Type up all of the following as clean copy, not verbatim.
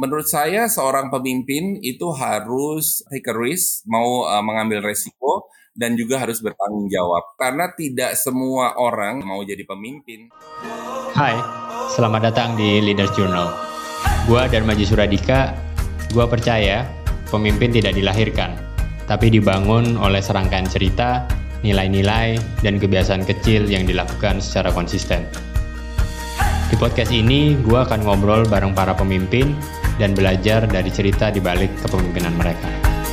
Menurut saya seorang pemimpin itu harus take a risk, mau mengambil resiko dan juga harus bertanggung jawab. Karena tidak semua orang mau jadi pemimpin. Hai, selamat datang di Leaders Journal. Gua Dharmaji Suradika. Gua percaya pemimpin tidak dilahirkan, tapi dibangun oleh serangkaian cerita, nilai-nilai, dan kebiasaan kecil yang dilakukan secara konsisten. Di podcast ini, gue akan ngobrol bareng para pemimpin dan belajar dari cerita di balik kepemimpinan mereka.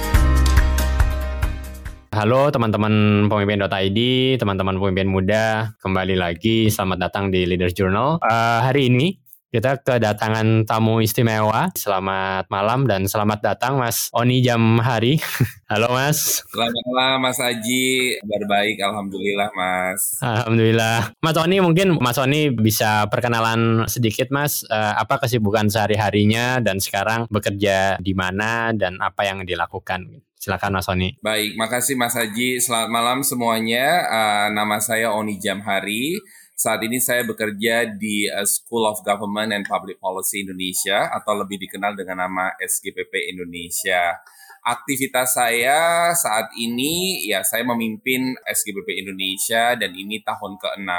Halo teman-teman pemimpin.id, teman-teman pemimpin muda, kembali lagi selamat datang di Leaders Journal. Hari ini kita kedatangan tamu istimewa. Selamat malam dan selamat datang Mas Oni Jamhari. Halo Mas. Selamat malam Mas Aji, kabar baik, alhamdulillah Mas. Alhamdulillah. Mas Oni, mungkin Mas Oni bisa perkenalan sedikit Mas, apa kesibukan sehari-harinya dan sekarang bekerja di mana dan apa yang dilakukan. Silakan Mas Oni. Baik, makasih Mas Aji. Selamat malam semuanya. Nama saya Oni Jamhari. Saat ini saya bekerja di School of Government and Public Policy Indonesia atau lebih dikenal dengan nama SGPP Indonesia. Aktivitas saya saat ini, ya saya memimpin SGPP Indonesia dan ini tahun ke-6.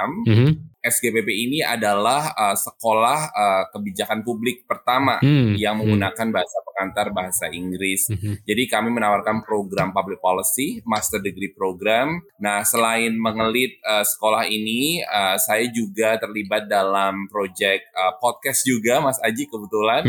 SGPP ini adalah sekolah kebijakan publik pertama yang menggunakan bahasa pengantar bahasa Inggris. Jadi kami menawarkan program public policy, master degree program. Nah, selain mengelit sekolah ini, saya juga terlibat dalam proyek podcast juga, Mas Aji kebetulan.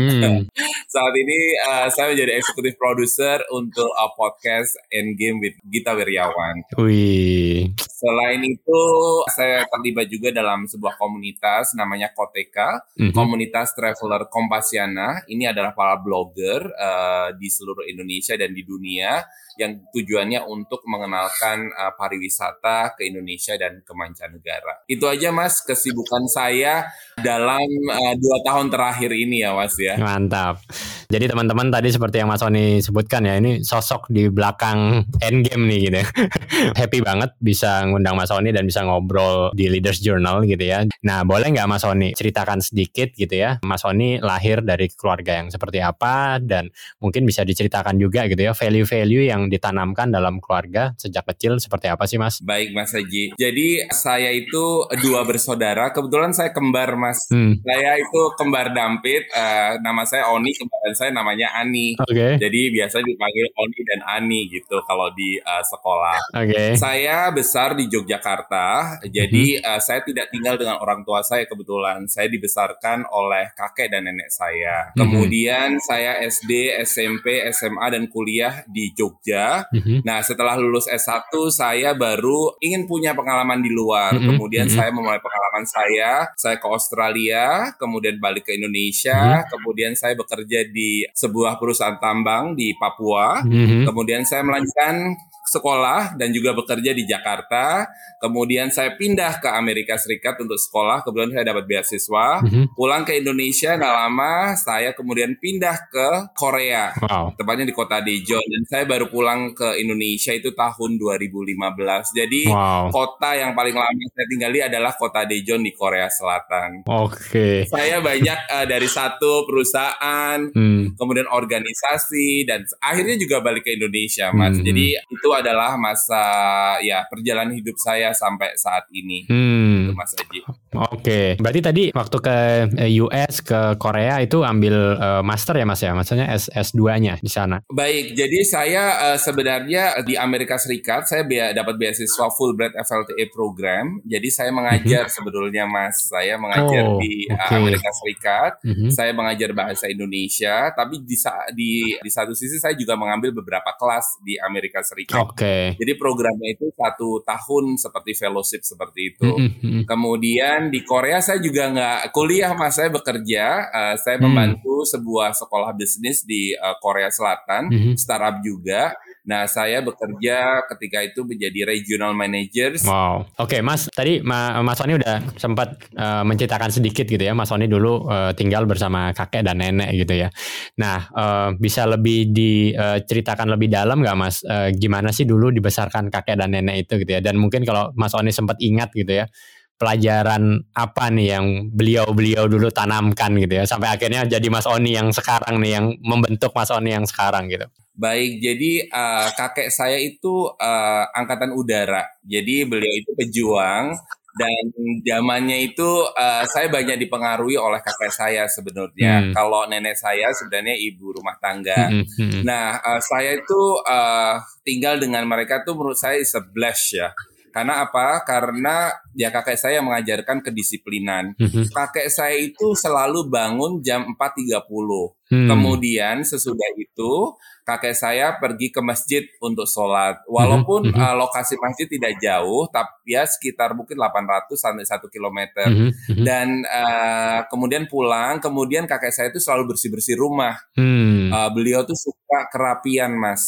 Saat ini saya menjadi executive producer untuk podcast Endgame with Gita Wirjawan. Wih. Selain itu, saya terlibat juga dalam sebuah komunitas namanya Koteka, komunitas traveler Kompasiana. Ini adalah para blogger di seluruh Indonesia dan di dunia yang tujuannya untuk mengenalkan pariwisata ke Indonesia dan ke mancanegara. Itu aja Mas kesibukan saya dalam 2 tahun terakhir ini ya Mas ya. Mantap. Jadi teman-teman tadi seperti yang Mas Oni sebutkan ya, ini sosok di belakang Endgame nih gitu. Happy banget bisa ngundang Mas Oni dan bisa ngobrol di Leaders Journal gitu ya. Nah, boleh nggak Mas Oni ceritakan sedikit gitu ya, Mas Oni lahir dari keluarga yang seperti apa dan mungkin bisa diceritakan juga gitu ya, value-value yang ditanamkan dalam keluarga sejak kecil seperti apa sih Mas? Baik Mas Haji. Jadi saya itu 2 bersaudara, kebetulan saya kembar Mas. Saya itu kembar dampit, nama saya Oni, kembaran saya namanya Ani. Jadi biasanya dipanggil Oni dan Ani gitu kalau di sekolah. Saya besar di Yogyakarta, jadi saya tidak tinggal dengan orang tua saya kebetulan. Saya dibesarkan oleh kakek dan nenek saya. Kemudian saya SD, SMP, SMA dan kuliah di Jogja. Nah, setelah lulus S1 saya baru ingin punya pengalaman di luar. Kemudian saya memulai pengalaman saya ke Australia, kemudian balik ke Indonesia, kemudian saya bekerja di sebuah perusahaan tambang di Papua. Kemudian saya melanjutkan sekolah dan juga bekerja di Jakarta. Kemudian saya pindah ke Amerika Serikat untuk sekolah. Kemudian saya dapat beasiswa. Pulang ke Indonesia nggak lama, saya kemudian pindah ke Korea. Tepatnya di kota Daejeon. Dan saya baru pulang ke Indonesia itu tahun 2015. Jadi kota yang paling lama saya tinggali adalah kota Daejeon di Korea Selatan. Saya banyak dari satu perusahaan, kemudian organisasi, dan akhirnya juga balik ke Indonesia, Mas. Jadi itu adalah masa ya perjalanan hidup saya sampai saat ini. Itu Mas Haji. Berarti tadi waktu ke US, ke Korea itu ambil master ya Mas ya? Maksudnya S2-nya di sana. Baik, jadi saya sebenarnya di Amerika Serikat saya dapat beasiswa Fulbright FLTA program. Jadi saya mengajar sebetulnya Mas. Saya mengajar di Amerika Serikat. Saya mengajar bahasa Indonesia, tapi di satu sisi saya juga mengambil beberapa kelas di Amerika Serikat. Jadi programnya itu 1 tahun seperti fellowship seperti itu. Kemudian di Korea saya juga nggak kuliah Mas, saya bekerja. Saya membantu sebuah sekolah bisnis di Korea Selatan, startup juga. Nah, saya bekerja ketika itu menjadi regional managers. Mas, tadi Mas Oni udah sempat menceritakan sedikit gitu ya. Mas Oni dulu tinggal bersama kakek dan nenek gitu ya. Nah, bisa lebih diceritakan lebih dalam nggak Mas? Gimana sih dulu dibesarkan kakek dan nenek itu gitu ya? Dan mungkin kalau Mas Oni sempat ingat gitu ya, pelajaran apa nih yang beliau dulu tanamkan gitu ya, sampai akhirnya jadi Mas Oni yang sekarang nih, yang membentuk Mas Oni yang sekarang gitu. Baik, jadi kakek saya itu angkatan udara. Jadi beliau itu pejuang, dan zamannya itu saya banyak dipengaruhi oleh kakek saya sebenarnya. Kalau nenek saya sebenarnya ibu rumah tangga. Nah, saya itu tinggal dengan mereka tuh menurut saya is a bless ya. Karena apa? Karena ya kakek saya mengajarkan kedisiplinan. Kakek saya itu selalu bangun jam 4.30. Kemudian sesudah itu kakek saya pergi ke masjid untuk sholat. Walaupun lokasi masjid tidak jauh, tapi ya sekitar mungkin 800 sampai 1 kilometer. Dan kemudian pulang, kemudian kakek saya itu selalu bersih-bersih rumah. Beliau tuh suka kerapian, Mas.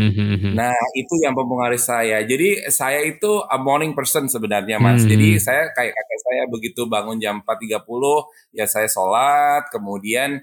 Nah, itu yang mempengaruhi saya. Jadi saya itu a morning person sebenarnya, Mas. Jadi saya kayak kakek saya, begitu bangun jam 4.30, ya saya sholat, kemudian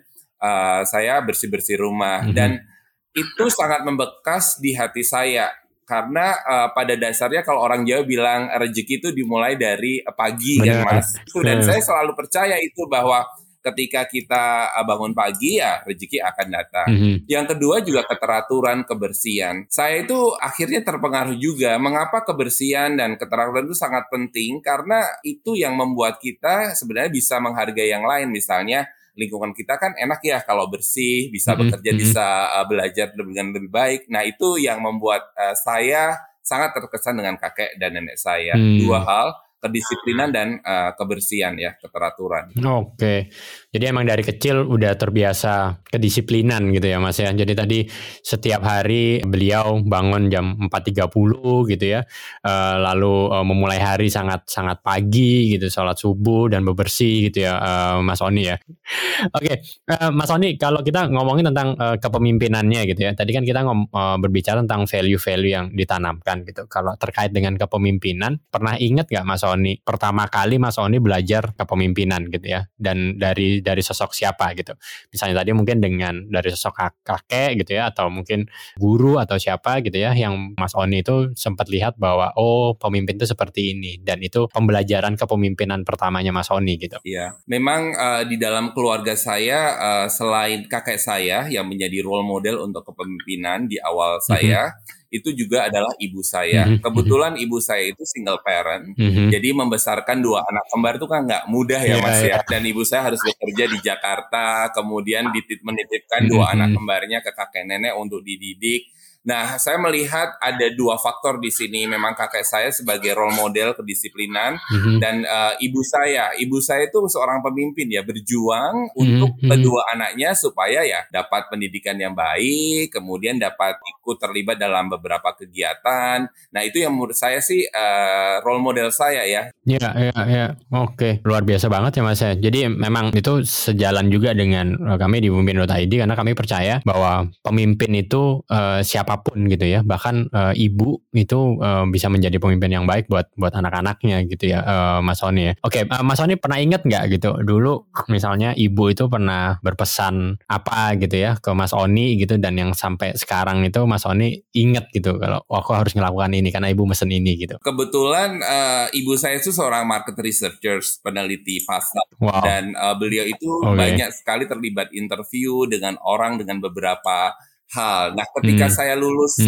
saya bersih-bersih rumah. Dan itu sangat membekas di hati saya. Karena pada dasarnya kalau orang Jawa bilang rezeki itu dimulai dari pagi, kan Mas. Dan saya selalu percaya itu, bahwa ketika kita bangun pagi ya rezeki akan datang. Yang kedua juga keteraturan, kebersihan. Saya itu akhirnya terpengaruh juga. Mengapa kebersihan dan keteraturan itu sangat penting? Karena itu yang membuat kita sebenarnya bisa menghargai yang lain. Misalnya lingkungan kita kan enak ya kalau bersih, bisa bekerja, bisa belajar dengan lebih baik. Nah, itu yang membuat saya sangat terkesan dengan kakek dan nenek saya. Dua hal, kedisiplinan dan kebersihan ya, keteraturan. Oke. Jadi emang dari kecil udah terbiasa kedisiplinan gitu ya, Mas ya. Jadi tadi setiap hari beliau bangun jam 4.30 gitu ya. Lalu memulai hari sangat pagi gitu, sholat subuh dan bebersih gitu ya, Mas Oni ya. Oke, Mas Oni, kalau kita ngomongin tentang kepemimpinannya gitu ya. Tadi kan kita berbicara tentang value-value yang ditanamkan gitu. Kalau terkait dengan kepemimpinan, pernah ingat gak Mas Oni pertama kali Mas Oni belajar kepemimpinan gitu ya, dan dari sosok siapa gitu? Misalnya tadi mungkin dari sosok kakek gitu ya, atau mungkin guru atau siapa gitu ya, yang Mas Oni itu sempat lihat bahwa oh, pemimpin itu seperti ini, dan itu pembelajaran kepemimpinan pertamanya Mas Oni gitu. Iya, memang di dalam keluarga saya selain kakek saya yang menjadi role model untuk kepemimpinan di awal saya, itu juga adalah ibu saya. Kebetulan ibu saya itu single parent, jadi membesarkan 2 anak kembar itu kan nggak mudah ya Mas ya. Dan ibu saya harus bekerja di Jakarta, kemudian menitipkan 2 anak kembarnya ke kakek nenek untuk dididik. Nah, saya melihat ada 2 faktor di sini. Memang kakek saya sebagai role model kedisiplinan, dan ibu saya itu seorang pemimpin ya, berjuang untuk kedua anaknya supaya ya dapat pendidikan yang baik, kemudian dapat ikut terlibat dalam beberapa kegiatan. Nah, itu yang menurut saya sih role model saya ya. Iya. Oke, luar biasa banget ya Mas ya. Jadi memang itu sejalan juga dengan kami di Pemimpin.id, karena kami percaya bahwa pemimpin itu siapapun gitu ya, bahkan ibu itu bisa menjadi pemimpin yang baik buat anak-anaknya gitu ya, Mas Oni ya. Oke, Mas Oni pernah ingat nggak gitu dulu misalnya ibu itu pernah berpesan apa gitu ya ke Mas Oni gitu, dan yang sampai sekarang itu Mas Oni ingat gitu kalau aku harus melakukan ini karena ibu mesen ini gitu? Kebetulan ibu saya itu seorang market researcher, peneliti pasar. Wow. Dan beliau itu banyak sekali terlibat interview dengan orang dengan beberapa hal. Nah, ketika saya lulus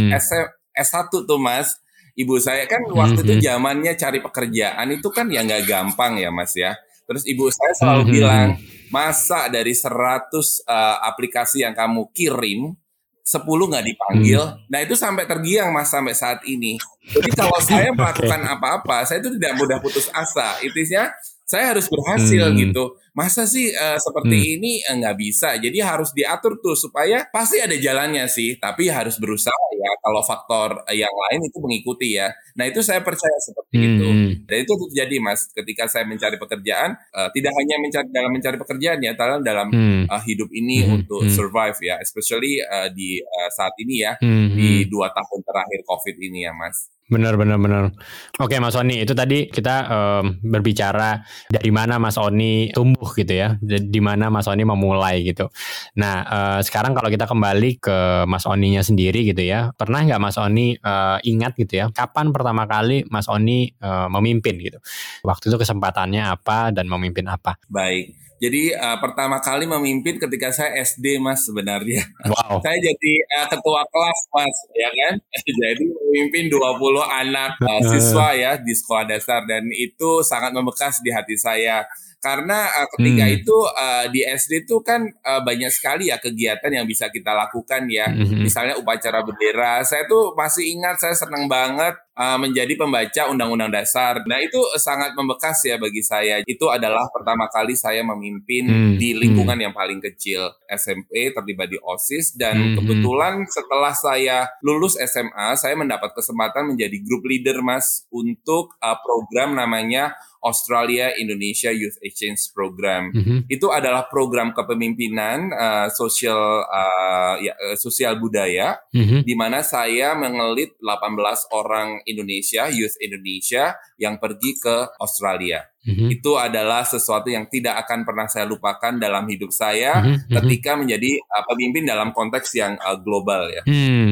S1 tuh Mas, ibu saya kan waktu itu zamannya cari pekerjaan itu kan ya nggak gampang ya Mas ya. Terus ibu saya selalu bilang, masa dari 100 aplikasi yang kamu kirim, 10 nggak dipanggil. Nah, itu sampai tergiang Mas sampai saat ini. Jadi kalau saya melakukan apa-apa, saya itu tidak mudah putus asa. Intinya saya harus berhasil gitu. Masa sih seperti ini nggak bisa. Jadi harus diatur tuh supaya pasti ada jalannya sih. Tapi harus berusaha ya. Kalau faktor yang lain itu mengikuti ya. Nah, itu saya percaya seperti itu. Dan itu terjadi Mas. Ketika saya mencari pekerjaan, tidak hanya mencari pekerjaan ya, dalam hidup ini untuk survive ya. Especially di saat ini ya, di 2 tahun terakhir COVID ini ya Mas. Benar. Oke Mas Oni, itu tadi kita berbicara dari mana Mas Oni tumbuh gitu ya, di mana Mas Oni memulai gitu. Nah, sekarang kalau kita kembali ke Mas Oninya sendiri gitu ya, pernah nggak Mas Oni ingat gitu ya, kapan pertama kali Mas Oni memimpin gitu? Waktu itu kesempatannya apa dan memimpin apa? Baik. Jadi pertama kali memimpin ketika saya SD, Mas, sebenarnya. Wow. Saya jadi ketua kelas, Mas, ya kan? Jadi memimpin 20 anak siswa ya di sekolah dasar, dan itu sangat membekas di hati saya. Karena ketika itu di SD itu kan banyak sekali ya kegiatan yang bisa kita lakukan ya. Misalnya upacara bendera. Saya tuh masih ingat, saya senang banget menjadi pembaca Undang-Undang Dasar. Nah, itu sangat membekas ya bagi saya. Itu adalah pertama kali saya memimpin di lingkungan yang paling kecil. SMP, terlibat di OSIS, dan kebetulan setelah saya lulus SMA, saya mendapat kesempatan menjadi group leader, Mas, untuk program namanya Australia Indonesia Youth Exchange Program. Itu adalah program kepemimpinan sosial budaya, di mana saya mengelit 18 orang Indonesia, Youth Indonesia, yang pergi ke Australia. Itu adalah sesuatu yang tidak akan pernah saya lupakan dalam hidup saya ketika menjadi pemimpin dalam konteks yang global ya.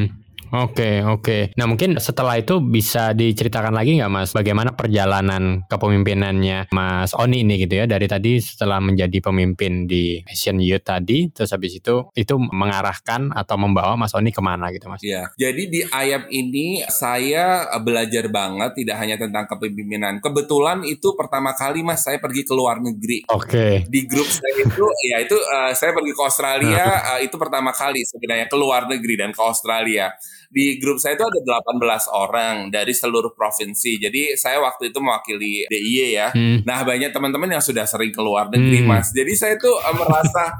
Oke. Nah, mungkin setelah itu bisa diceritakan lagi nggak, Mas, bagaimana perjalanan kepemimpinannya Mas Oni ini gitu ya, dari tadi setelah menjadi pemimpin di Asian Youth tadi, terus habis itu mengarahkan atau membawa Mas Oni kemana gitu, Mas? Ya, jadi di IAP ini saya belajar banget tidak hanya tentang kepemimpinan. Kebetulan itu pertama kali, Mas, saya pergi ke luar negeri. Oke. Di grup saya itu saya pergi ke Australia, itu pertama kali sebenarnya ke luar negeri dan ke Australia. Di grup saya itu ada 18 orang dari seluruh provinsi. Jadi saya waktu itu mewakili DIY ya. Nah, banyak teman-teman yang sudah sering ke luar negeri, Mas. Jadi saya tuh merasa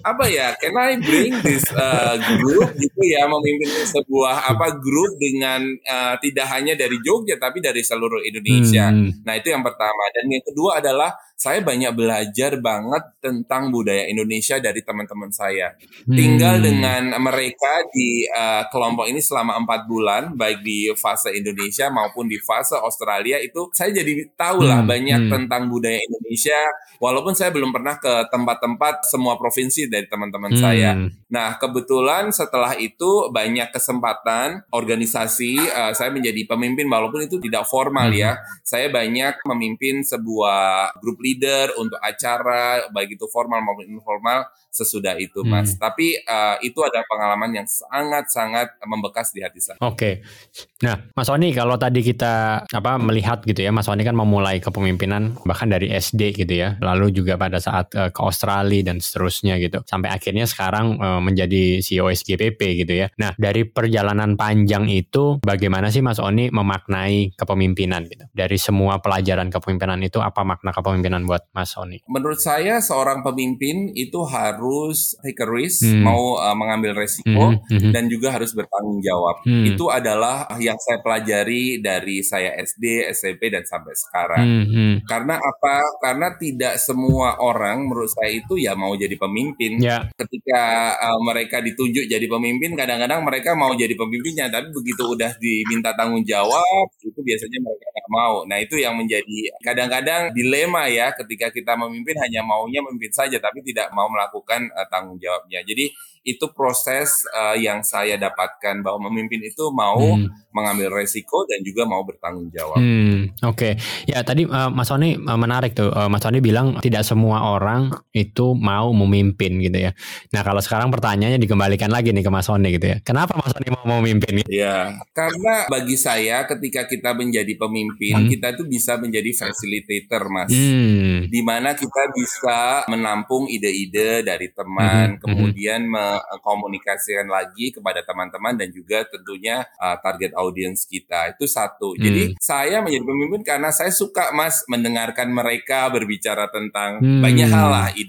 can I bring this group gitu ya, memimpin sebuah grup dengan tidak hanya dari Jogja tapi dari seluruh Indonesia. Nah, itu yang pertama. Dan yang kedua adalah saya banyak belajar banget tentang budaya Indonesia dari teman-teman saya. Tinggal dengan mereka di kelompok ini selama 4 bulan, baik di fase Indonesia maupun di fase Australia, itu saya jadi tahu lah banyak tentang budaya Indonesia, walaupun saya belum pernah ke tempat-tempat semua provinsi dari teman-teman saya. Nah, kebetulan setelah itu banyak kesempatan organisasi, saya menjadi pemimpin walaupun itu tidak formal ya. Saya banyak memimpin sebuah grup leader untuk acara, baik itu formal maupun informal sesudah itu, Mas. Tapi itu ada pengalaman yang sangat-sangat membekas di hati saya. Oke. Nah, Mas Oni, kalau tadi kita melihat gitu ya, Mas Oni kan memulai kepemimpinan bahkan dari SD gitu ya, lalu juga pada saat ke Australia dan seterusnya gitu, sampai akhirnya sekarang menjadi CEO SGPP gitu ya. Nah, dari perjalanan panjang itu, bagaimana sih Mas Oni memaknai kepemimpinan gitu? Dari semua pelajaran kepemimpinan itu, apa makna kepemimpinan buat Mas Oni? Menurut saya seorang pemimpin itu harus take a risk, mau mengambil resiko, dan juga harus bertanggung jawab. Itu adalah yang saya pelajari dari saya SD, SMP, dan sampai sekarang. Karena apa? Karena tidak semua orang menurut saya itu ya mau jadi pemimpin. Ketika mereka ditunjuk jadi pemimpin, kadang-kadang mereka mau jadi pemimpinnya, tapi begitu udah diminta tanggung jawab, itu biasanya mereka nggak mau. Nah, itu yang menjadi kadang-kadang dilema ya, ketika kita memimpin hanya maunya memimpin saja, tapi tidak mau melakukan tanggung jawabnya. Jadi itu proses yang saya dapatkan, bahwa memimpin itu mau mengambil resiko dan juga mau bertanggung jawab. Oke. Ya, tadi Mas Oni menarik tuh. Mas Oni bilang tidak semua orang itu mau memimpin gitu ya. Nah, kalau sekarang pertanyaannya dikembalikan lagi nih ke Mas Oni gitu ya. Kenapa Mas Oni mau memimpin? Ya, karena bagi saya ketika kita menjadi pemimpin, kita itu bisa menjadi facilitator, Mas. Di mana kita bisa menampung ide-ide dari teman, kemudian mengkomunikasikan lagi kepada teman-teman dan juga tentunya target audiens kita. Itu satu. Jadi saya menjadi pemimpin karena saya suka, Mas, mendengarkan mereka berbicara tentang banyak hal lah, ide-ide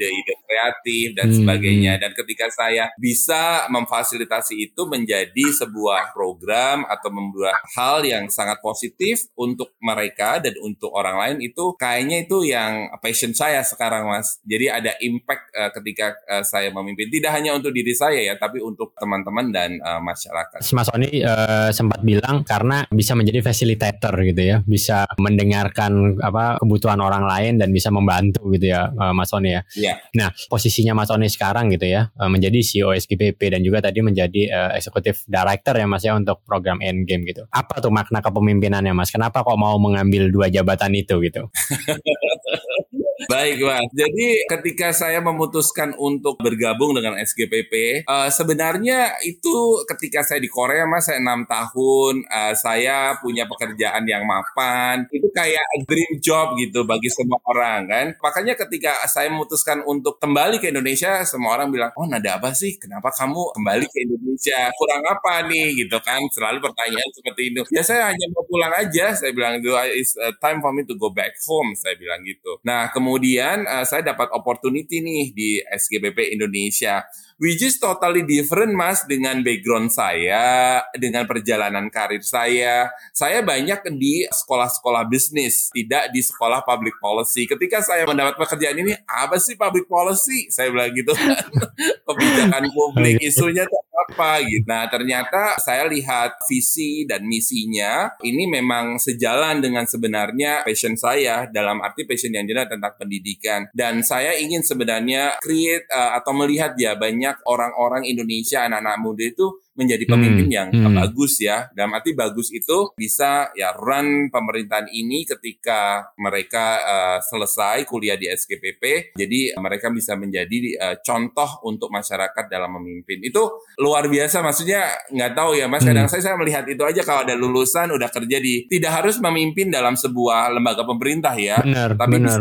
kreatif dan sebagainya. Dan ketika saya bisa memfasilitasi itu menjadi sebuah program atau membuat hal yang sangat positif untuk mereka dan untuk orang lain, itu kayaknya itu yang passion saya sekarang, Mas. Jadi ada impact ketika saya memimpin, tidak hanya untuk diri saya ya, tapi untuk teman-teman dan masyarakat. Mas Oni sempat bilang karena bisa menjadi facilitator gitu ya, bisa mendengarkan kebutuhan orang lain dan bisa membantu gitu ya, Mas Oni ya. Yeah. Nah, posisinya Mas Oni sekarang gitu ya, menjadi CEO SGPP dan juga tadi menjadi Executive Director ya Mas ya untuk program Endgame gitu. Apa tuh makna kepemimpinannya Mas? Kenapa kok mau mengambil 2 jabatan itu gitu? Baik, Mas. Jadi ketika saya memutuskan untuk bergabung dengan SGPP, sebenarnya itu ketika saya di Korea, Mas, saya 6 tahun, saya punya pekerjaan yang mapan, itu kayak dream job gitu bagi semua orang kan. Makanya ketika saya memutuskan untuk kembali ke Indonesia, semua orang bilang, oh nada apa sih? Kenapa kamu kembali ke Indonesia? Kurang apa nih? Gitu kan. Selalu pertanyaan seperti itu. Ya saya hanya mau pulang aja, saya bilang itu it's time for me to go back home, saya bilang gitu. Nah, kemudian saya dapat opportunity nih di SGPP Indonesia, which is totally different, Mas, dengan background saya, dengan perjalanan karir saya. Saya banyak di sekolah-sekolah bisnis, tidak di sekolah public policy. Ketika saya mendapat pekerjaan ini, apa sih public policy? Saya bilang gitu kan. Kebijakan publik, isunya itu apa gitu. Nah, ternyata saya lihat visi dan misinya ini memang sejalan dengan sebenarnya passion saya, dalam arti passion yang jelas tentang pendidikan. Dan saya ingin sebenarnya create atau melihat ya banyak orang-orang Indonesia, anak-anak muda itu menjadi pemimpin yang bagus ya. Dalam arti bagus itu bisa ya run pemerintahan ini ketika mereka selesai kuliah di SGPP. Jadi mereka bisa menjadi contoh untuk masyarakat dalam memimpin. Itu luar biasa, maksudnya nggak tahu ya Mas, kadang saya melihat itu aja kalau ada lulusan udah kerja tidak harus memimpin dalam sebuah lembaga pemerintah ya. Tapi bisa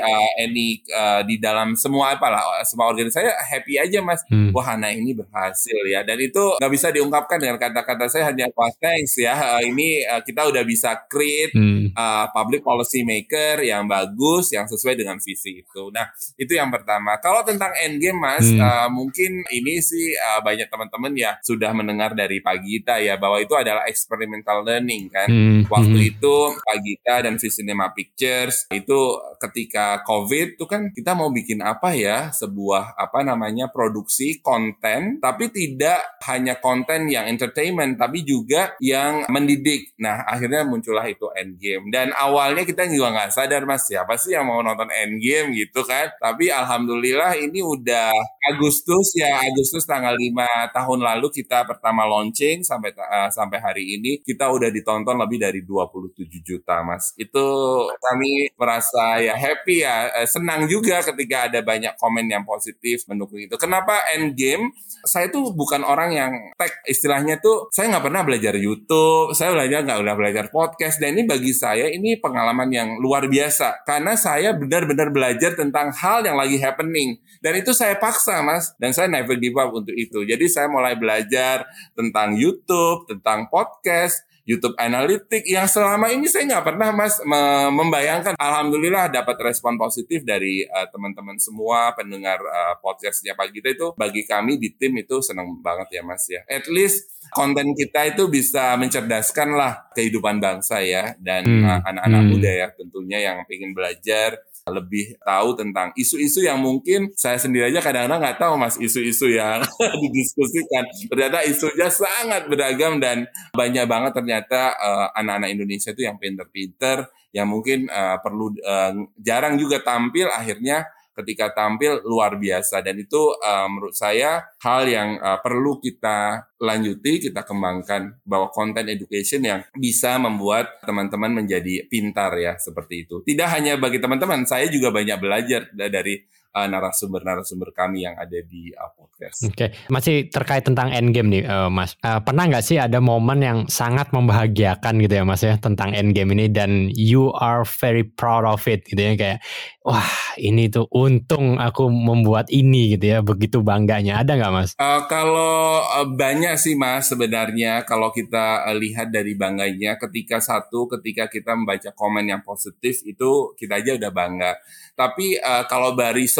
di dalam semua semua organisasi, saya happy aja Mas. Wah, anak ini berhasil ya. Dan itu nggak bisa diungkapkan dengan kata-kata saya, hanya thanks ya. Ini kita udah bisa create public policy maker yang bagus, yang sesuai dengan visi itu. Nah, itu yang pertama. Kalau tentang Endgame Mas, mungkin ini sih banyak teman-teman ya sudah mendengar dari Pak Gita ya, bahwa itu adalah experimental learning kan. Waktu itu Pak Gita dan Visinema Pictures itu ketika COVID itu kan kita mau bikin apa ya, sebuah produksi konten, tapi tidak hanya konten yang entertainment, tapi juga yang mendidik. Nah, akhirnya muncullah itu Endgame. Dan awalnya kita juga nggak sadar Mas, siapa sih yang mau nonton Endgame gitu kan. Tapi alhamdulillah ini udah Agustus tanggal 5 tahun lalu kita pertama launching, sampai hari ini kita udah ditonton lebih dari 27 juta Mas. Itu kami merasa ya happy ya, senang juga ketika ada banyak komen yang positif mendukung itu. Kenapa Endgame? Saya tuh bukan orang yang tech, istilahnya tuh saya nggak pernah belajar YouTube, saya nggak udah belajar podcast, dan ini bagi saya ini pengalaman yang luar biasa karena saya benar-benar belajar tentang hal yang lagi happening, dan itu saya paksa Mas, dan saya never give up untuk itu. Jadi saya mulai belajar tentang YouTube, tentang podcast, YouTube Analytics yang selama ini saya nggak pernah Mas membayangkan. Alhamdulillah dapat respon positif dari teman-teman semua pendengar podcastnya Pak Gita. Itu bagi kami di tim itu senang banget ya Mas ya. At least konten kita itu bisa mencerdaskan lah kehidupan bangsa ya, dan anak-anak muda ya tentunya yang ingin belajar lebih tahu tentang isu-isu yang mungkin saya sendiri aja kadang-kadang nggak tahu Mas, isu-isu yang didiskusikan. Ternyata isunya sangat beragam dan banyak banget ternyata anak-anak Indonesia itu yang pinter-pinter, yang mungkin perlu jarang juga tampil, akhirnya ketika tampil luar biasa. Dan itu menurut saya hal yang perlu kita lanjuti, kita kembangkan, bahwa konten education yang bisa membuat teman-teman menjadi pintar ya, seperti itu. Tidak hanya bagi teman-teman, saya juga banyak belajar dari narasumber-narasumber kami yang ada di podcast. Oke, masih terkait tentang Endgame nih Mas. Pernah nggak sih ada momen yang sangat membahagiakan gitu ya Mas ya tentang Endgame ini, dan you are very proud of it gitu ya, kayak wah ini tuh untung aku membuat ini gitu ya, begitu bangganya, ada nggak Mas? Kalau banyak sih Mas sebenarnya, kalau kita lihat dari bangganya, ketika kita membaca komen yang positif itu kita aja udah bangga. Tapi kalau dari semua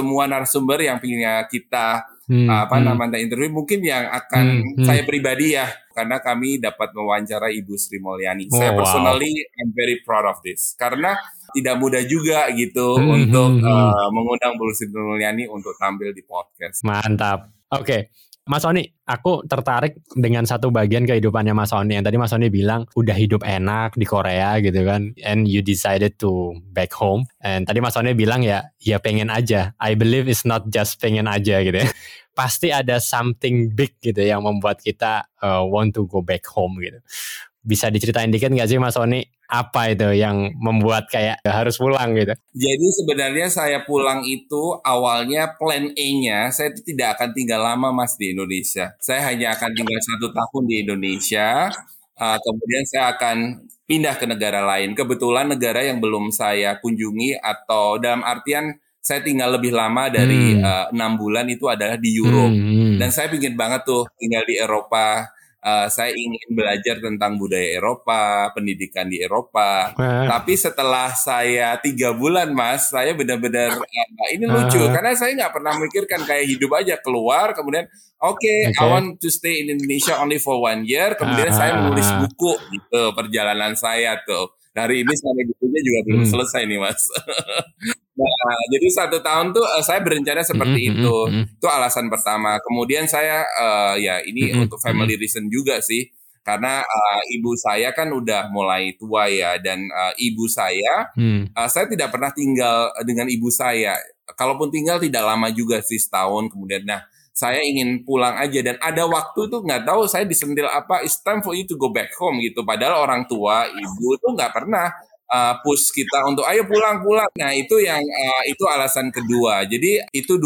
semua narasumber yang punya kita namanya interview, mungkin yang akan saya pribadi ya, karena kami dapat mewawancara Ibu Sri Mulyani. Saya personally I'm very proud of this, karena tidak mudah juga gitu untuk mengundang Bu Sri Mulyani untuk tampil di podcast. Mantap. Oke. Mas Oni, aku tertarik dengan satu bagian kehidupannya Mas Oni yang tadi Mas Oni bilang udah hidup enak di Korea gitu kan, and you decided to back home. And tadi Mas Oni bilang ya pengen aja. I believe it's not just pengen aja gitu ya. Pasti ada something big gitu yang membuat kita want to go back home gitu. Bisa diceritain dikit nggak sih Mas Oni, apa itu yang membuat kayak harus pulang gitu? Jadi sebenarnya saya pulang itu awalnya plan A-nya, saya itu tidak akan tinggal lama Mas di Indonesia. Saya hanya akan tinggal 1 tahun di Indonesia, kemudian saya akan pindah ke negara lain. Kebetulan negara yang belum saya kunjungi, atau dalam artian saya tinggal lebih lama dari 6 bulan itu adalah di Europe. Dan saya pingin banget tuh tinggal di Eropa. Saya ingin belajar tentang budaya Eropa, pendidikan di Eropa. Tapi setelah saya 3 bulan Mas, saya benar-benar ini lucu karena saya nggak pernah mikirkan kayak hidup aja keluar, kemudian I want to stay in Indonesia only for 1 year. Kemudian saya menulis buku gitu perjalanan saya tuh. Dari ini sampai bukunya juga belum selesai nih Mas. Nah, jadi 1 tahun tuh saya berencana seperti itu. Itu alasan pertama. Kemudian saya ini untuk family reason juga sih. Karena ibu saya kan udah mulai tua ya, dan ibu saya tidak pernah tinggal dengan ibu saya. Kalaupun tinggal tidak lama juga sih, setahun. Kemudian saya ingin pulang aja, dan ada waktu tuh nggak tahu saya disentil apa, it's time for you to go back home gitu. Padahal orang tua ibu tuh nggak pernah push kita untuk ayo pulang. Nah itu yang itu alasan kedua. Jadi itu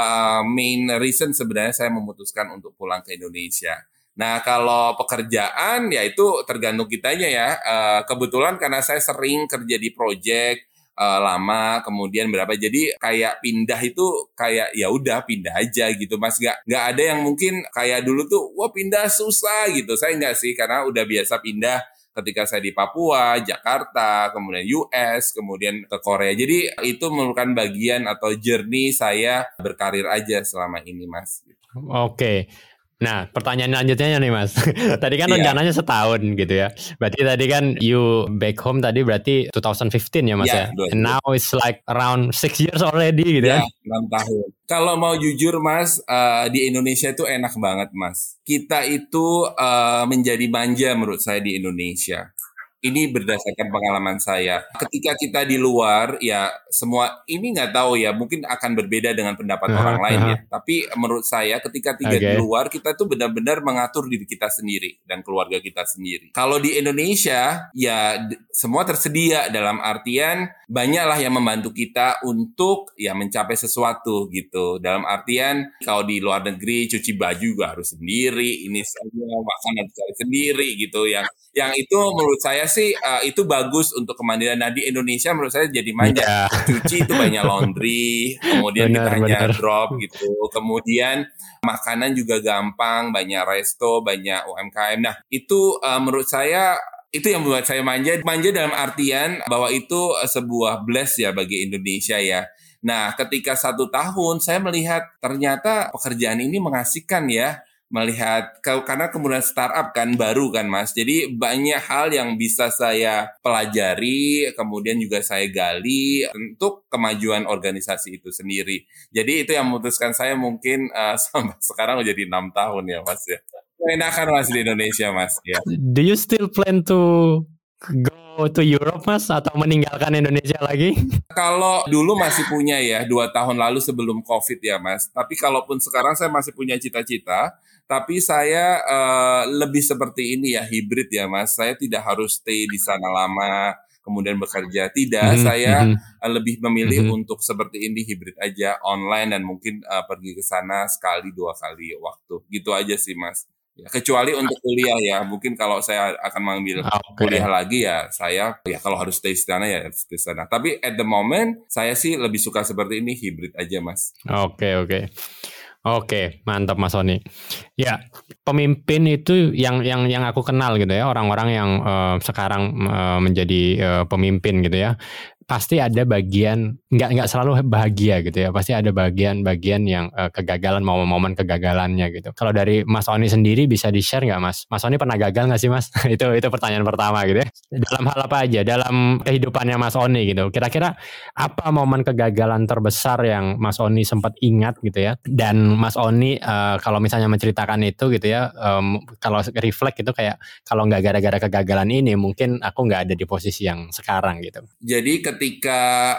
2 main reason sebenarnya saya memutuskan untuk pulang ke Indonesia. Nah kalau pekerjaan ya itu tergantung kitanya ya. Kebetulan karena saya sering kerja di project lama, kemudian berapa, jadi kayak pindah itu kayak ya udah pindah aja gitu Mas. Nggak ada yang mungkin kayak dulu tuh wah pindah susah gitu. Saya nggak sih, karena udah biasa pindah ketika saya di Papua, Jakarta, kemudian US, kemudian ke Korea. Jadi itu merupakan bagian atau journey saya berkarir aja selama ini Mas. Oke. Nah, pertanyaan lanjutnya nih Mas. Tadi kan rencananya setahun gitu ya. Berarti tadi kan you back home tadi berarti 2015 ya Mas ya? And now it's like around 6 years already gitu ya? 6 tahun. Kalau mau jujur Mas, di Indonesia itu enak banget Mas. Kita itu menjadi manja menurut saya di Indonesia. Ini berdasarkan pengalaman saya. Ketika kita di luar, ya semua ini nggak tahu ya, mungkin akan berbeda dengan pendapat orang lain ya. Tapi menurut saya ketika di luar, kita tuh benar-benar mengatur diri kita sendiri dan keluarga kita sendiri. Kalau di Indonesia, ya semua tersedia, dalam artian banyaklah yang membantu kita untuk ya mencapai sesuatu gitu. Dalam artian kalau di luar negeri cuci baju juga harus sendiri, ini semua makanan harus sendiri gitu. Yang itu menurut saya sih itu bagus untuk kemandirian. Nah di Indonesia menurut saya jadi manja. Cuci itu banyak laundry, kemudian kita hanya drop gitu. Kemudian makanan juga gampang, banyak resto, banyak UMKM. Nah itu menurut saya itu yang membuat saya manja. Manja dalam artian bahwa itu sebuah bless ya bagi Indonesia ya. Nah ketika 1 tahun saya melihat ternyata pekerjaan ini mengasihkan ya. Melihat karena kemudian startup kan baru kan Mas, jadi banyak hal yang bisa saya pelajari, kemudian juga saya gali untuk kemajuan organisasi itu sendiri. Jadi itu yang memutuskan saya mungkin sampai sekarang menjadi 6 tahun ya Mas ya. Enakan Mas di Indonesia Mas ya. Do you still plan to go to Europe Mas, atau meninggalkan Indonesia lagi? Kalau dulu masih punya ya, 2 tahun lalu sebelum COVID ya Mas. Tapi kalaupun sekarang saya masih punya cita-cita, tapi saya lebih seperti ini ya, hibrid ya Mas. Saya tidak harus stay di sana lama, kemudian bekerja. Tidak, saya lebih memilih untuk seperti ini, hibrid aja, online, dan mungkin pergi ke sana 1-2 kali waktu. Gitu aja sih Mas. Ya, kecuali untuk kuliah ya, mungkin kalau saya akan mengambil kuliah lagi ya, saya ya kalau harus stay di sana ya harus stay di sana. Tapi at the moment saya sih lebih suka seperti ini, hibrid aja Mas. Oke, mantap Mas Oni. Ya, pemimpin itu yang aku kenal gitu ya, orang-orang yang sekarang menjadi pemimpin gitu ya. pasti ada bagian nggak selalu bahagia gitu ya. Pasti ada bagian-bagian yang kegagalan, momen-momen kegagalannya gitu. Kalau dari Mas Oni sendiri bisa di-share nggak Mas? Mas Oni pernah gagal nggak sih Mas? itu pertanyaan pertama gitu ya. Dalam hal apa aja? Dalam kehidupannya Mas Oni gitu. Kira-kira apa momen kegagalan terbesar yang Mas Oni sempat ingat gitu ya? Dan Mas Oni kalau misalnya menceritakan itu gitu ya, kalau reflect itu kayak kalau nggak gara-gara kegagalan ini mungkin aku nggak ada di posisi yang sekarang gitu. Jadi ketika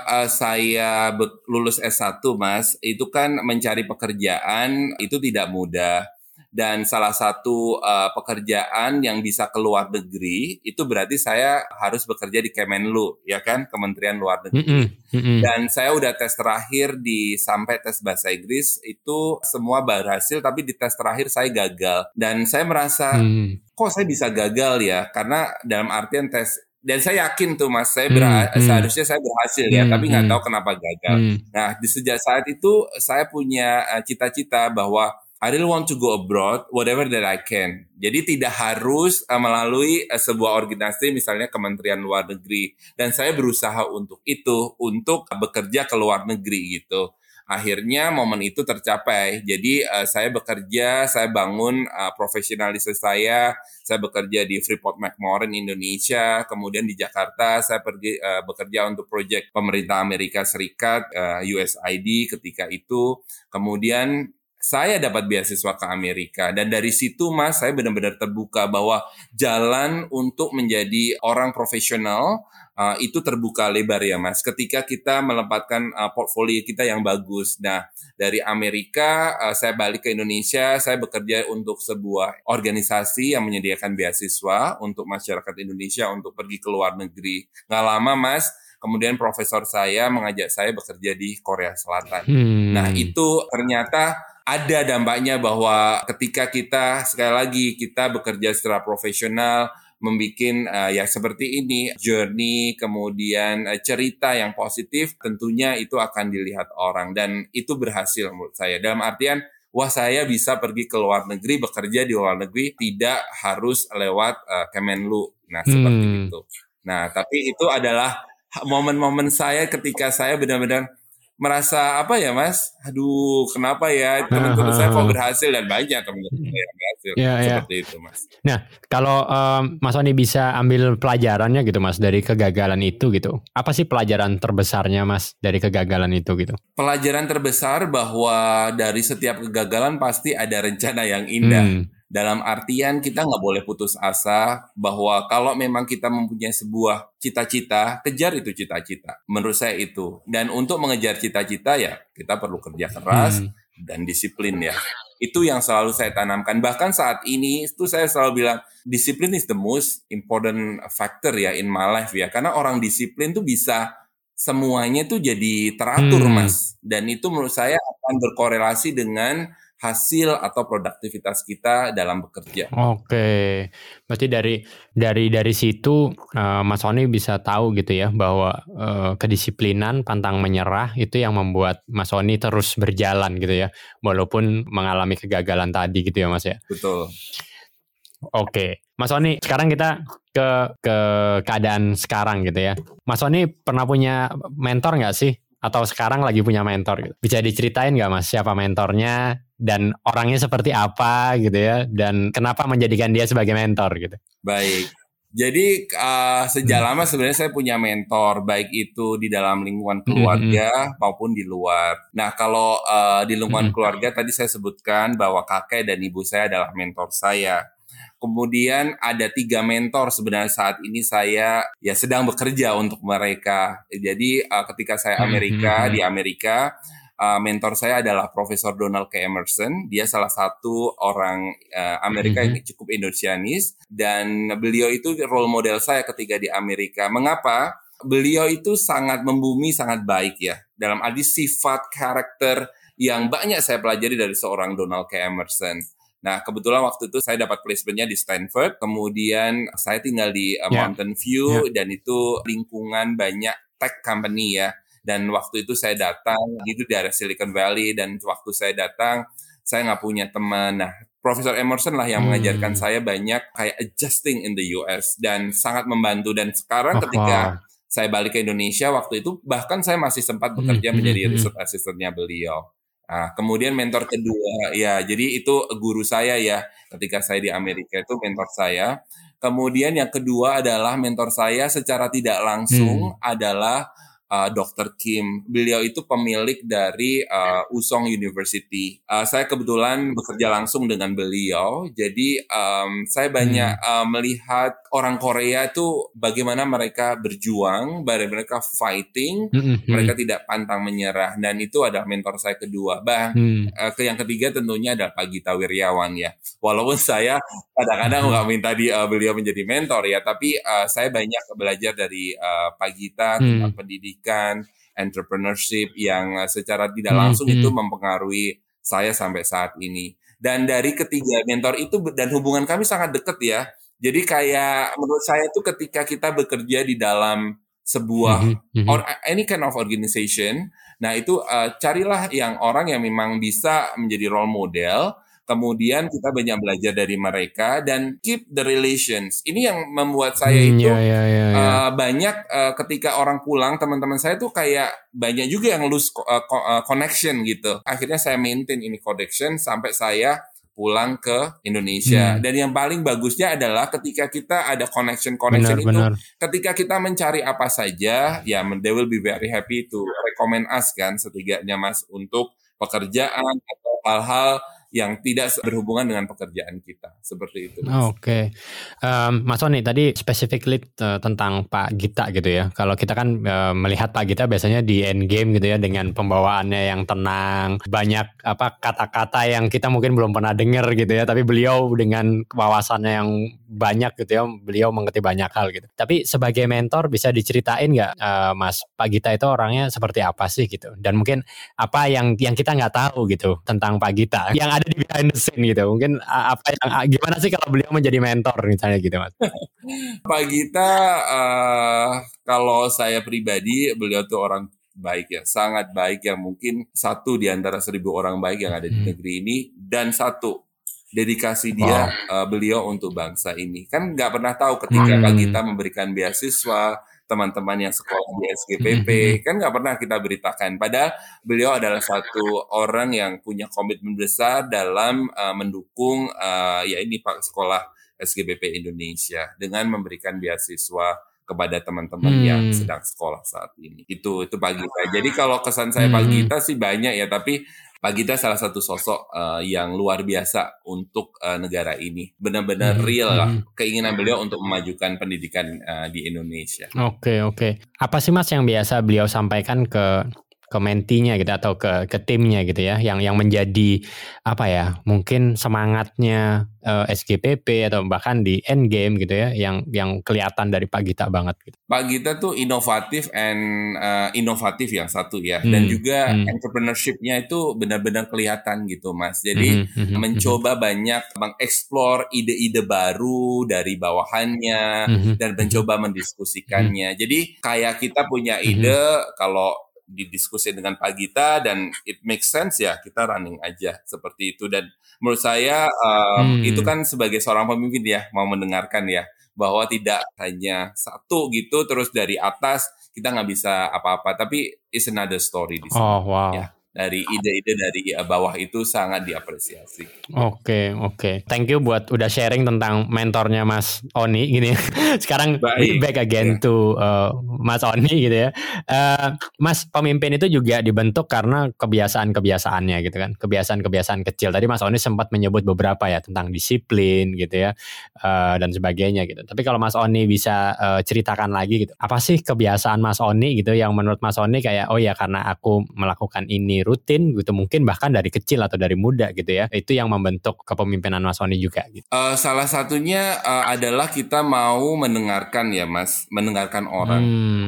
saya lulus S1 Mas, itu kan mencari pekerjaan itu tidak mudah. Dan salah satu pekerjaan yang bisa ke luar negeri itu berarti saya harus bekerja di Kemenlu, ya kan, Kementerian Luar Negeri. Dan saya udah tes terakhir sampai tes bahasa Inggris itu semua berhasil, tapi di tes terakhir saya gagal. Dan saya merasa kok saya bisa gagal ya, karena dalam artian tes. Dan saya yakin tuh Mas, seharusnya saya berhasil ya, tapi nggak tahu kenapa gagal. Nah, di sejak saat itu saya punya cita-cita bahwa I really want to go abroad, whatever that I can. Jadi tidak harus melalui sebuah organisasi, misalnya Kementerian Luar Negeri. Dan saya berusaha untuk itu, untuk bekerja ke luar negeri gitu. Akhirnya momen itu tercapai. Jadi saya bekerja, saya bangun profesionalisme saya bekerja di Freeport-McMoRan Indonesia, kemudian di Jakarta saya pergi bekerja untuk proyek pemerintah Amerika Serikat, USAID ketika itu. Kemudian saya dapat beasiswa ke Amerika dan dari situ Mas saya benar-benar terbuka bahwa jalan untuk menjadi orang profesional itu terbuka lebar ya Mas ketika kita menempatkan portfolio kita yang bagus. Nah dari Amerika saya balik ke Indonesia, saya bekerja untuk sebuah organisasi yang menyediakan beasiswa untuk masyarakat Indonesia untuk pergi ke luar negeri. Nggak lama Mas, kemudian profesor saya mengajak saya bekerja di Korea Selatan. Nah itu ternyata ada dampaknya bahwa ketika kita sekali lagi kita bekerja secara profesional, membikin ya seperti ini journey, kemudian cerita yang positif, tentunya itu akan dilihat orang dan itu berhasil menurut saya. Dalam artian, wah saya bisa pergi ke luar negeri, bekerja di luar negeri, tidak harus lewat Kemenlu. Nah seperti itu. Nah tapi itu adalah momen-momen saya ketika saya benar-benar merasa apa ya Mas? Aduh, kenapa ya teman-teman saya kok berhasil dan banyak teman-teman yang berhasil seperti itu Mas. Nah, kalau Mas Oni bisa ambil pelajarannya gitu Mas dari kegagalan itu gitu. Apa sih pelajaran terbesarnya Mas dari kegagalan itu gitu? Pelajaran terbesar bahwa dari setiap kegagalan pasti ada rencana yang indah. Dalam artian kita nggak boleh putus asa bahwa kalau memang kita mempunyai sebuah cita-cita, kejar itu cita-cita. Menurut saya itu. Dan untuk mengejar cita-cita ya kita perlu kerja keras dan disiplin ya. Itu yang selalu saya tanamkan. Bahkan saat ini itu saya selalu bilang disiplin is the most important factor ya in my life ya. Karena orang disiplin tuh bisa semuanya tuh jadi teratur Mas. Dan itu menurut saya akan berkorelasi dengan hasil atau produktivitas kita dalam bekerja. Oke, berarti dari situ Mas Oni bisa tahu gitu ya bahwa kedisiplinan, pantang menyerah itu yang membuat Mas Oni terus berjalan gitu ya, walaupun mengalami kegagalan tadi gitu ya Mas ya. Betul. Oke, Mas Oni, sekarang kita ke keadaan sekarang gitu ya. Mas Oni pernah punya mentor nggak sih? Atau sekarang lagi punya mentor gitu? Bisa diceritain nggak Mas siapa mentornya dan orangnya seperti apa gitu ya, dan kenapa menjadikan dia sebagai mentor gitu? Baik, jadi sejak lama sebenarnya saya punya mentor, baik itu di dalam lingkungan keluarga maupun di luar. Nah kalau di lingkungan keluarga tadi saya sebutkan bahwa kakek dan ibu saya adalah mentor saya. Kemudian ada 3 mentor sebenarnya saat ini saya ya sedang bekerja untuk mereka. Jadi ketika saya di Amerika, mentor saya adalah Profesor Donald K. Emerson. Dia salah satu orang Amerika yang cukup Indonesianis dan beliau itu role model saya ketika di Amerika. Mengapa? Beliau itu sangat membumi, sangat baik ya. Dalam arti sifat karakter yang banyak saya pelajari dari seorang Donald K. Emerson. Nah, kebetulan waktu itu saya dapat placement-nya di Stanford, kemudian saya tinggal di Mountain View, dan itu lingkungan banyak tech company ya. Dan waktu itu saya datang, itu dari Silicon Valley, dan waktu saya datang, saya nggak punya teman. Nah, Profesor Emerson lah yang mengajarkan saya banyak kayak adjusting in the US, dan sangat membantu. Dan sekarang ketika saya balik ke Indonesia waktu itu, bahkan saya masih sempat bekerja menjadi research assistant-nya beliau. Nah, kemudian mentor kedua, ya, jadi itu guru saya ya, ketika saya di Amerika itu mentor saya. Kemudian yang kedua adalah mentor saya secara tidak langsung adalah Dr. Kim. Beliau itu pemilik dari Usong University. Saya kebetulan bekerja langsung dengan beliau, jadi saya banyak melihat orang Korea itu bagaimana mereka berjuang, bagaimana mereka fighting, mereka tidak pantang menyerah, dan itu adalah mentor saya kedua. Yang ketiga tentunya adalah Pak Gita Wirjawan ya. Walaupun saya kadang-kadang nggak minta beliau menjadi mentor ya, tapi saya banyak belajar dari Pak Gita tentang pendidikan, entrepreneurship yang secara tidak langsung itu mempengaruhi saya sampai saat ini. Dan dari ketiga mentor itu dan hubungan kami sangat dekat ya. Jadi kayak menurut saya itu ketika kita bekerja di dalam sebuah or any kind of organization, nah itu carilah yang orang yang memang bisa menjadi role model. Kemudian kita banyak belajar dari mereka dan keep the relations. Ini yang membuat saya itu banyak ketika orang pulang, teman-teman saya tuh kayak banyak juga yang lose connection gitu. Akhirnya saya maintain ini connection sampai saya pulang ke Indonesia. Dan yang paling bagusnya adalah ketika kita ada connection itu, ketika kita mencari apa saja, ya they will be very happy to recommend us kan, setidaknya Mas, untuk pekerjaan atau hal-hal yang tidak berhubungan dengan pekerjaan kita. Seperti itu. Oke. Mas Oni, tadi specifically tentang Pak Gita gitu ya. Kalau kita kan melihat Pak Gita biasanya di Endgame gitu ya, dengan pembawaannya yang tenang, banyak kata-kata yang kita mungkin belum pernah dengar gitu ya, tapi beliau dengan wawasannya yang banyak gitu ya, beliau mengerti banyak hal gitu. Tapi sebagai mentor bisa diceritain nggak Mas, Pak Gita itu orangnya seperti apa sih gitu? Dan mungkin apa yang kita nggak tahu gitu tentang Pak Gita yang ada di behind the scene gitu, mungkin gimana sih kalau beliau menjadi mentor misalnya gitu Mas? Pak Gita, kalau saya pribadi, beliau tuh orang baik ya, sangat baik, yang mungkin satu di antara 1.000 orang baik yang ada di negeri ini, dan satu dedikasi dia beliau untuk bangsa ini. Kan nggak pernah tahu ketika Pak Gita memberikan beasiswa teman-teman yang sekolah di SGPP, kan nggak pernah kita beritakan. Padahal beliau adalah satu orang yang punya komitmen besar dalam mendukung ya ini Pak sekolah SGPP Indonesia dengan memberikan beasiswa kepada teman-teman yang sedang sekolah saat ini. Itu Pak Gita. Jadi kalau kesan saya Pak Gita sih banyak ya, tapi Pak Gita salah satu sosok yang luar biasa untuk negara ini. Benar-benar real lah keinginan beliau untuk memajukan pendidikan di Indonesia. Oke. Apa sih Mas yang biasa beliau sampaikan ke mentinya gitu atau ke timnya gitu ya, yang menjadi apa ya, mungkin semangatnya SGPP atau bahkan di Endgame gitu ya, yang kelihatan dari Pak Gita banget gitu. Pak Gita tuh inovatif inovatif yang satu ya, dan juga entrepreneurship-nya itu benar-benar kelihatan gitu Mas. Jadi mencoba banyak mengeksplor ide-ide baru dari bawahannya dan mencoba mendiskusikannya. Jadi kayak kita punya ide, kalau didiskusi dengan Pak Gita dan it makes sense ya, kita running aja seperti itu. Dan menurut saya itu kan sebagai seorang pemimpin ya, mau mendengarkan ya, bahwa tidak hanya satu gitu terus dari atas kita nggak bisa apa-apa, tapi it's another story di sini. Ya. Dari ide-ide dari bawah itu sangat diapresiasi. Oke. Thank you buat udah sharing tentang mentornya Mas Oni gini. Sekarang we back again to Mas Oni gitu ya. Mas, pemimpin itu juga dibentuk karena kebiasaan-kebiasaannya gitu kan. Kebiasaan-kebiasaan kecil. Tadi Mas Oni sempat menyebut beberapa ya tentang disiplin gitu ya, dan sebagainya gitu. Tapi kalau Mas Oni bisa ceritakan lagi gitu, apa sih kebiasaan Mas Oni gitu yang menurut Mas Oni kayak, oh ya karena aku melakukan ini rutin gitu, mungkin bahkan dari kecil atau dari muda gitu ya, itu yang membentuk kepemimpinan Mas Oni juga gitu. Salah satunya adalah kita mau mendengarkan ya Mas, mendengarkan orang.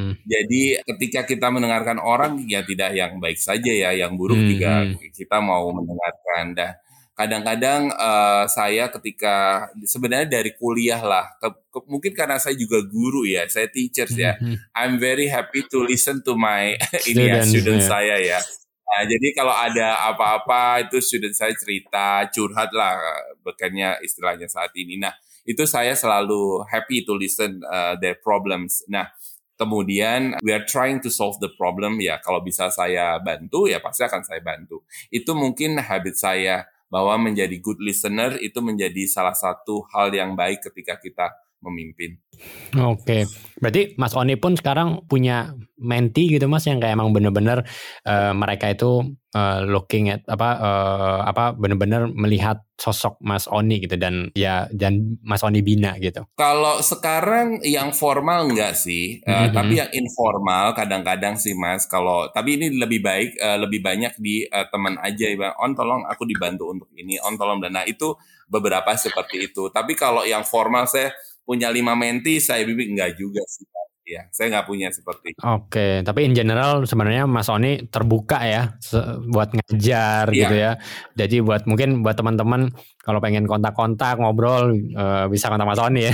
Jadi ketika kita mendengarkan orang ya tidak yang baik saja ya, yang buruk juga kita mau mendengarkan. Dan kadang-kadang saya ketika sebenarnya dari kuliah lah, mungkin karena saya juga guru ya, saya teachers ya, I'm very happy to listen to my student saya ya. Nah, jadi kalau ada apa-apa itu student saya cerita, curhat lah bukannya istilahnya saat ini. Nah, itu saya selalu happy to listen their problems. Nah, Kemudian we are trying to solve the problem, ya kalau bisa saya bantu ya pasti akan saya bantu. Itu mungkin habit saya, bahwa menjadi good listener itu menjadi salah satu hal yang baik ketika kita memimpin. Oke, berarti Mas Oni pun sekarang punya menti gitu Mas, yang kayak emang bener-bener mereka itu looking at bener-bener melihat sosok Mas Oni gitu, dan Mas Oni bina gitu. Kalau sekarang yang formal enggak sih, tapi yang informal kadang-kadang sih Mas. Tapi ini lebih baik, lebih banyak di teman aja ya, On tolong aku dibantu untuk ini, On tolong dana, itu beberapa seperti itu. Tapi kalau yang formal saya punya 5 menti, saya bimbing enggak juga sih. Ya, saya nggak punya seperti itu. Oke, tapi in general sebenarnya Mas Oni terbuka ya buat ngajar gitu ya. Jadi mungkin buat teman-teman kalau pengen kontak-kontak, ngobrol, bisa kontak Mas Oni ya.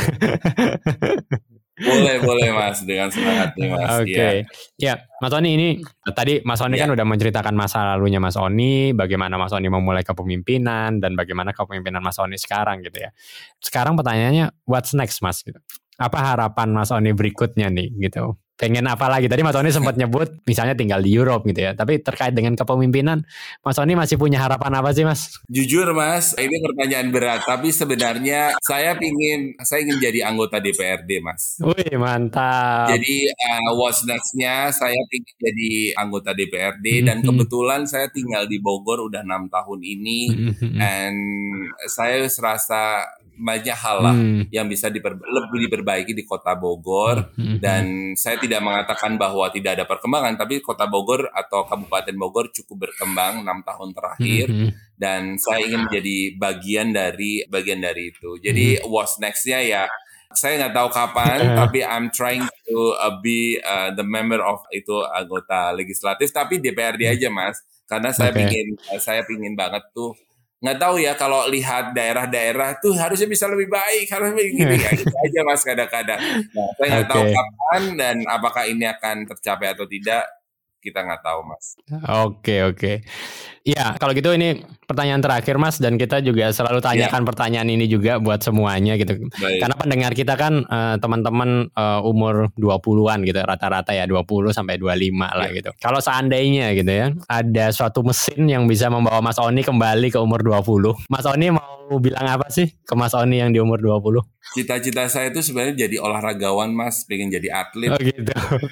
Boleh Mas, dengan semangat nih Mas. Oke. Ya, Mas Oni, ini tadi Mas Oni kan udah menceritakan masa lalunya Mas Oni, bagaimana Mas Oni memulai kepemimpinan dan bagaimana kepemimpinan Mas Oni sekarang gitu ya. Sekarang pertanyaannya, what's next Mas gitu? Apa harapan Mas Oni berikutnya nih gitu? Pengen apa lagi? Tadi Mas Oni sempat nyebut misalnya tinggal di Europe gitu ya. Tapi terkait dengan kepemimpinan, Mas Oni masih punya harapan apa sih Mas? Jujur Mas, ini pertanyaan berat. Tapi sebenarnya saya ingin jadi anggota DPRD Mas. Wih, mantap. Jadi what's next-nya saya ingin jadi anggota DPRD. Dan kebetulan saya tinggal di Bogor udah 6 tahun ini. And saya serasa banyak hal lah yang bisa lebih diperbaiki di kota Bogor. Dan saya tidak mengatakan bahwa tidak ada perkembangan, tapi kota Bogor atau Kabupaten Bogor cukup berkembang 6 tahun terakhir. Dan saya ingin menjadi bagian dari itu. Jadi what's next-nya ya, saya nggak tahu kapan, tapi I'm trying to be the member of itu anggota legislatif, tapi DPRD aja Mas. Karena saya pingin banget tuh, nggak tahu ya, kalau lihat daerah-daerah tuh harusnya bisa lebih baik, harusnya begini ya, gitu aja Mas kadang-kadang. Nah, saya nggak tahu kapan dan apakah ini akan tercapai atau tidak, kita nggak tahu Mas. Oke. Ya, kalau gitu ini pertanyaan terakhir Mas, dan kita juga selalu tanyakan pertanyaan ini juga buat semuanya gitu. Baik. Karena pendengar kita kan teman-teman umur 20-an gitu, rata-rata ya 20 sampai 25 lah gitu. Kalau seandainya gitu ya, ada suatu mesin yang bisa membawa Mas Oni kembali ke umur 20, Mas Oni mau bilang apa sih ke Mas Oni yang di umur 20? Cita-cita saya itu sebenarnya jadi olahragawan Mas, pengen jadi atlet. Oh gitu.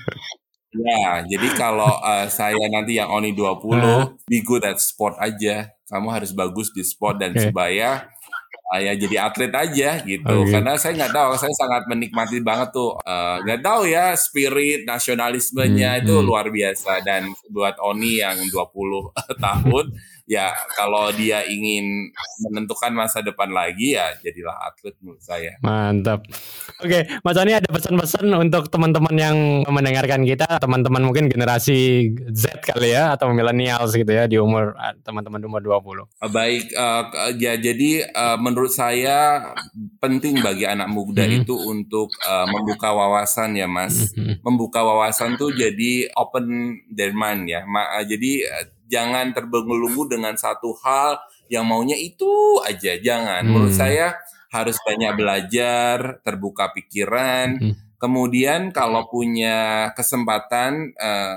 Ya, jadi kalau saya nanti yang Oni 20, be good at sport aja. Kamu harus bagus di sport dan sebaya ya jadi atlet aja gitu. Karena saya nggak tahu, saya sangat menikmati banget tuh. Nggak tahu ya, spirit nasionalismenya itu luar biasa. Dan buat Oni yang 20 tahun, ya kalau dia ingin menentukan masa depan lagi ya jadilah atlet menurut saya. Mantap. Oke, Mas Oni ada pesan-pesan untuk teman-teman yang mendengarkan kita, teman-teman mungkin generasi Z kali ya, atau millennials gitu ya, di umur teman-teman umur 20. Baik, ya jadi menurut saya penting bagi anak muda itu untuk membuka wawasan ya Mas. Membuka wawasan tuh jadi open their mind ya. Jadi jangan terbelenggu dengan satu hal yang maunya itu aja, jangan. Menurut saya harus banyak belajar, terbuka pikiran. Kemudian kalau punya kesempatan,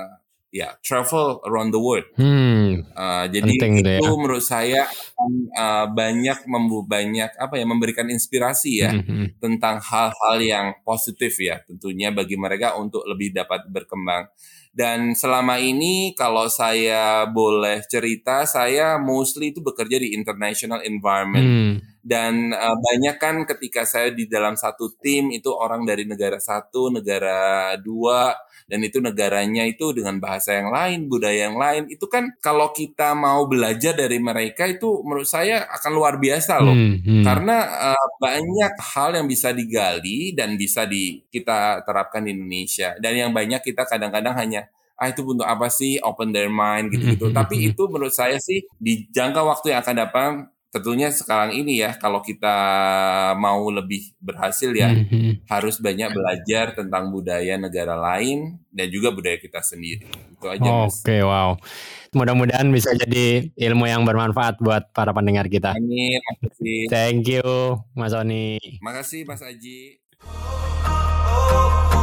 ya travel around the world. Jadi itu ya, menurut saya banyak memberikan inspirasi ya tentang hal-hal yang positif ya, tentunya bagi mereka untuk lebih dapat berkembang. Dan selama ini kalau saya boleh cerita, saya mostly itu bekerja di international environment. Dan banyak kan ketika saya di dalam satu tim itu orang dari negara satu, negara dua, dan itu negaranya itu dengan bahasa yang lain, budaya yang lain. Itu kan kalau kita mau belajar dari mereka itu menurut saya akan luar biasa loh. Karena banyak hal yang bisa digali dan bisa kita terapkan di Indonesia. Dan yang banyak kita kadang-kadang hanya itu untuk apa sih, open their mind gitu-gitu. Tapi itu menurut saya sih di jangka waktu yang akan datang, tentunya sekarang ini ya, kalau kita mau lebih berhasil ya, harus banyak belajar tentang budaya negara lain dan juga budaya kita sendiri. Itu aja Mas. Oke, wow. Mudah-mudahan bisa jadi ilmu yang bermanfaat buat para pendengar kita. Amin, makasih. Thank you Mas Oni. Makasih Mas Aji.